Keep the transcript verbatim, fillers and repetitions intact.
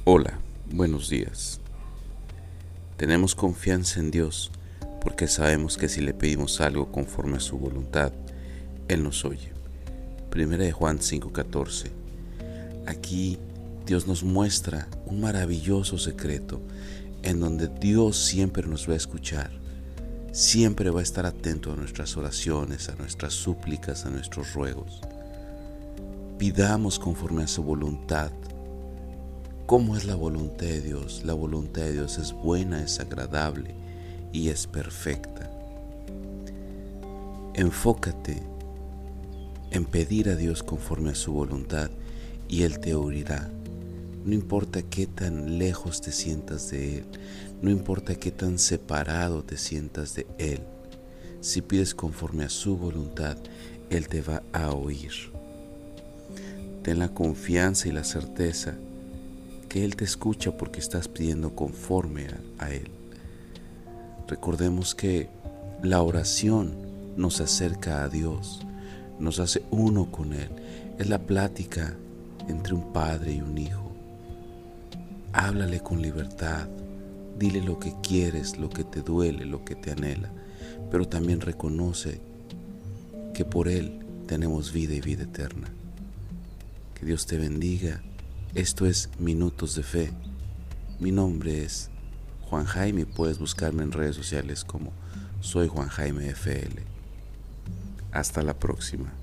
Hola, buenos días. Tenemos confianza en Dios porque sabemos que si le pedimos algo conforme a su voluntad, Él nos oye. Primera de Juan cinco catorce. Aquí Dios nos muestra un maravilloso secreto en donde Dios siempre nos va a escuchar, siempre va a estar atento a nuestras oraciones, a nuestras súplicas, a nuestros ruegos. Pidamos conforme a su voluntad. ¿Cómo es la voluntad de Dios? La voluntad de Dios es buena, es agradable y es perfecta. Enfócate en pedir a Dios conforme a su voluntad y Él te oirá. No importa qué tan lejos te sientas de Él, no importa qué tan separado te sientas de Él. Si pides conforme a su voluntad, Él te va a oír. Ten la confianza y la certeza que Él te escucha porque estás pidiendo conforme a, a Él. Recordemos que la oración nos acerca a Dios, nos hace uno con Él. Es la plática entre un padre y un hijo. Háblale con libertad, dile lo que quieres, lo que te duele, lo que te anhela, pero también reconoce que por Él tenemos vida y vida eterna. Que Dios te bendiga. Esto es Minutos de Fe. Mi nombre es Juan Jaime. Puedes buscarme en redes sociales como Soy Juan Jaime F L. Hasta la próxima.